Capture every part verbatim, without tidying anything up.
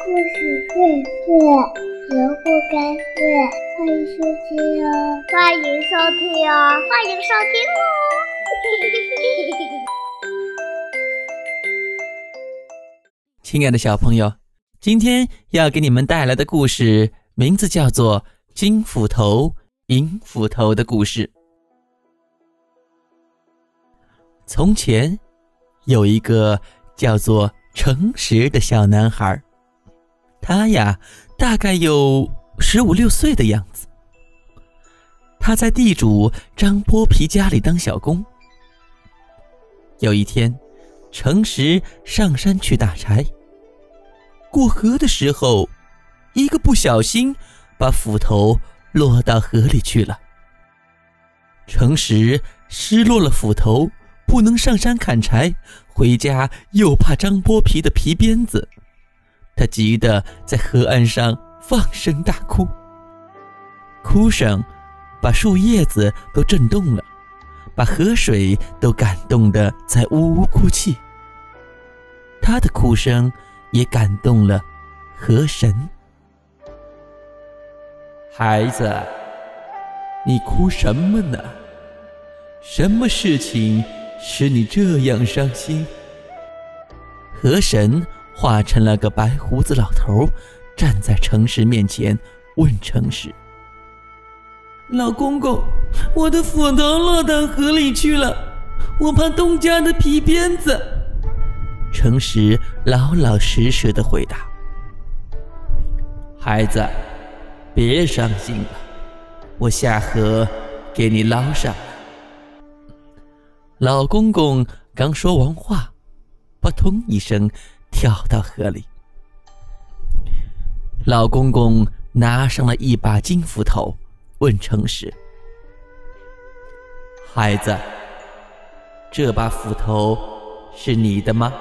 故事荟萃，萝卜开会，欢迎收听哦，欢迎收听哦，欢迎收听哦。 亲爱的小朋友，今天要给你们带来的故事名字叫做《金斧头、银斧头的故事》。从前有一个叫做诚实的小男孩，他呀大概有十五六岁的样子。他在地主张剥皮家里当小工。有一天，诚实上山去打柴，过河的时候，一个不小心把斧头落到河里去了。诚实失落了斧头，不能上山砍柴，回家又怕张剥皮的皮鞭子，他急得在河岸上放声大哭，哭声把树叶子都震动了，把河水都感动得在呜呜哭泣。他的哭声也感动了河神。孩子，你哭什么呢？什么事情使你这样伤心？河神化成了个白胡子老头，站在诚实面前问诚实：老公公，我的斧头落到河里去了，我怕东家的皮鞭子。诚实老老实实地回答：孩子，别伤心了，我下河给你捞上来。老公公刚说完话，扑通一声跳到河里。老公公拿上了一把金斧头，问诚实：孩子，这把斧头是你的吗？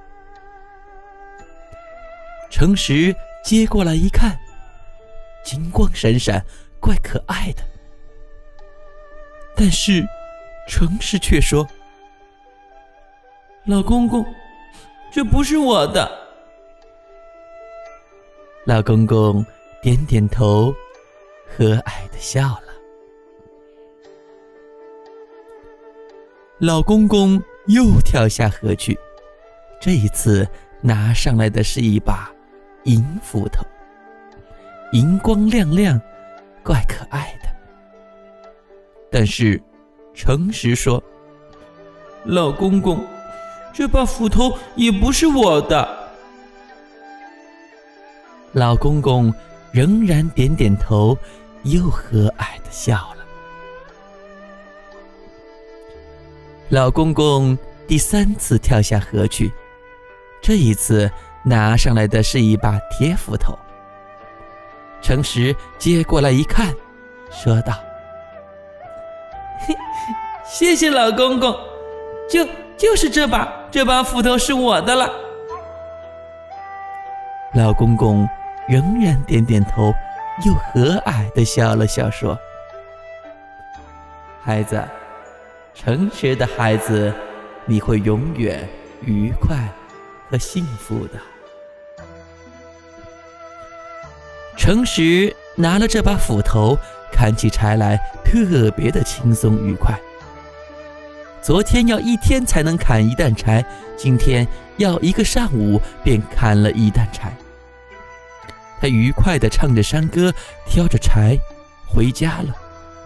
诚实接过来一看，金光闪闪，怪可爱的。但是诚实却说：老公公，这不是我的。老公公点点头，和蔼地笑了。老公公又跳下河去，这一次拿上来的是一把银斧头，银光亮亮，怪可爱的。但是诚实说：老公公，这把斧头也不是我的。老公公仍然点点头，又和蔼地笑了。老公公第三次跳下河去，这一次拿上来的是一把铁斧头。诚实接过来一看，说道：谢谢老公公，就就是这把这把斧头是我的了。老公公仍然点点头，又和蔼地笑了笑，说：孩子，诚实的孩子，你会永远愉快和幸福的。诚实拿了这把斧头，砍起柴来特别的轻松愉快。昨天要一天才能砍一担柴，今天要一个上午便砍了一担柴。他愉快地唱着山歌，挑着柴回家了。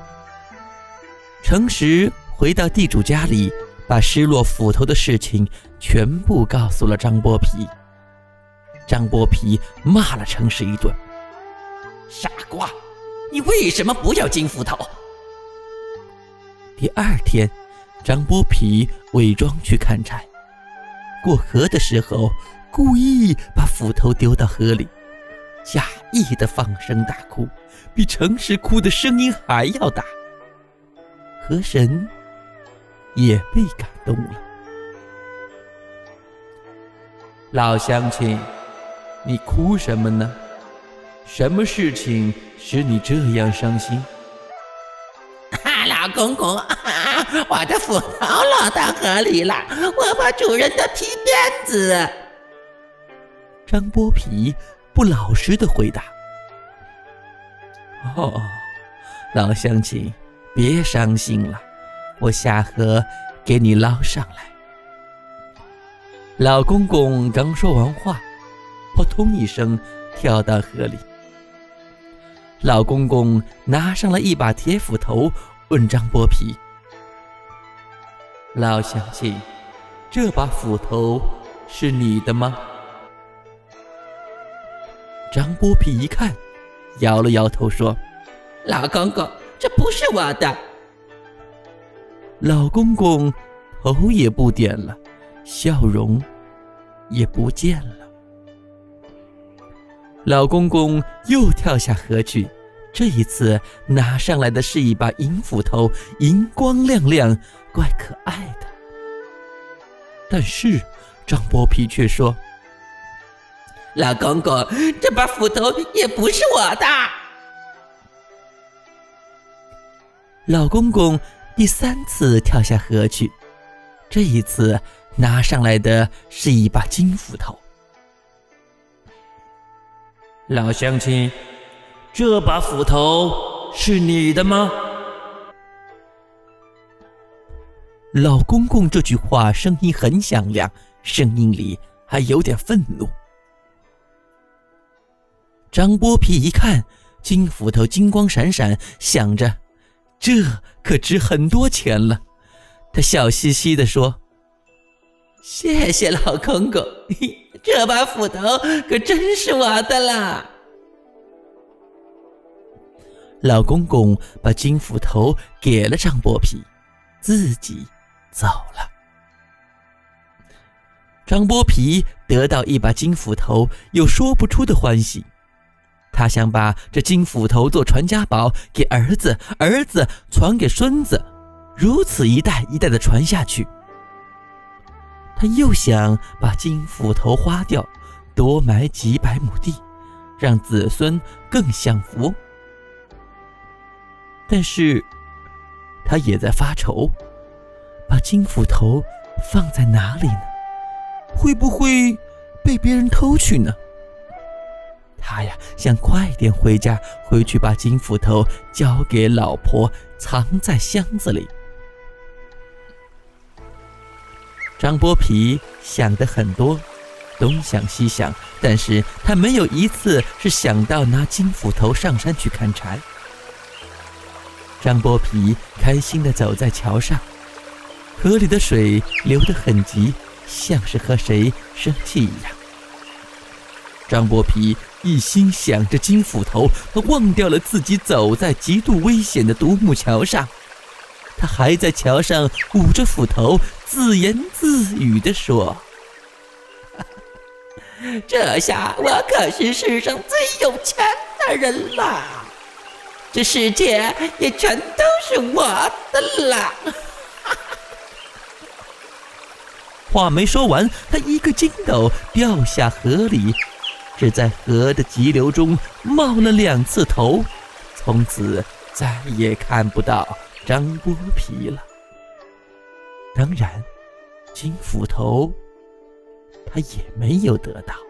诚实回到地主家里，把失落斧头的事情全部告诉了张剥皮。张剥皮骂了诚实一顿：傻瓜，你为什么不要金斧头？第二天，张剥皮伪装去砍柴，过河的时候故意把斧头丢到河里，假意的放声大哭，比诚实哭的声音还要大。河神也被感动了。老乡亲，你哭什么呢？什么事情使你这样伤心？ 老公公，我的斧头落到河里了，我怕主人的皮鞭子。 张剥皮不老实的回答。哦，老乡亲，别伤心了，我下河给你捞上来。老公公刚说完话，扑通一声跳到河里。老公公拿上了一把铁斧头，问张剥皮：老乡亲，这把斧头是你的吗？张剥皮一看，摇了摇头说： 老公公，这不是我的。 老公公头也不点了，笑容也不见了。老公公又跳下河去，这一次拿上来的是一把银斧头，银光亮亮，怪可爱的。但是张剥皮却说： 老公公，这把斧头也不是我的。 老公公第三次跳下河去，这一次拿上来的是一把金斧头。老乡亲，这把斧头是你的吗？老公公这句话声音很响亮，声音里还有点愤怒。张剥皮一看金斧头金光闪闪，想着这可值很多钱了，他笑嘻嘻地说： 谢谢老公公，这把斧头可真是我的啦。 老公公把金斧头给了张剥皮，自己走了。张剥皮得到一把金斧头，有说不出的欢喜。他想把这金斧头做传家宝，给儿子，儿子传给孙子，如此一代一代的传下去。他又想把金斧头花掉，多埋几百亩地，让子孙更享福。但是他也在发愁，把金斧头放在哪里呢？会不会被别人偷去呢？他呀，想快点回家，回去把金斧头交给老婆，藏在箱子里。张剥皮想得很多，东想西想，但是他没有一次是想到拿金斧头上山去砍柴。张剥皮开心地走在桥上，河里的水流得很急，像是和谁生气一样。张剥皮一心想着金斧头，他忘掉了自己走在极度危险的独木桥上。他还在桥上捂着斧头，自言自语地说： 这下我可是世上最有钱的人了，这世界也全都是我的了。 话没说完，他一个筋斗掉下河里，只在河的急流中冒了两次头，从此再也看不到张剥皮了。当然，金斧头他也没有得到。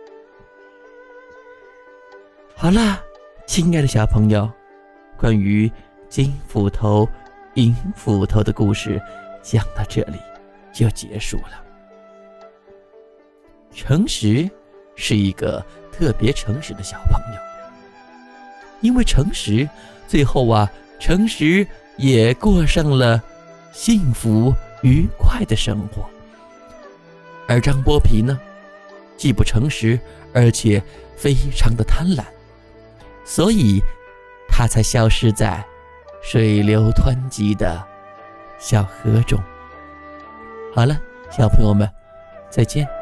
好了，亲爱的小朋友，关于金斧头、银斧头的故事讲到这里就结束了。诚实是一个特别诚实的小朋友，因为诚实，最后啊，诚实也过上了幸福愉快的生活。而张剥皮呢，既不诚实，而且非常的贪婪，所以他才消失在水流湍急的小河中。好了，小朋友们，再见。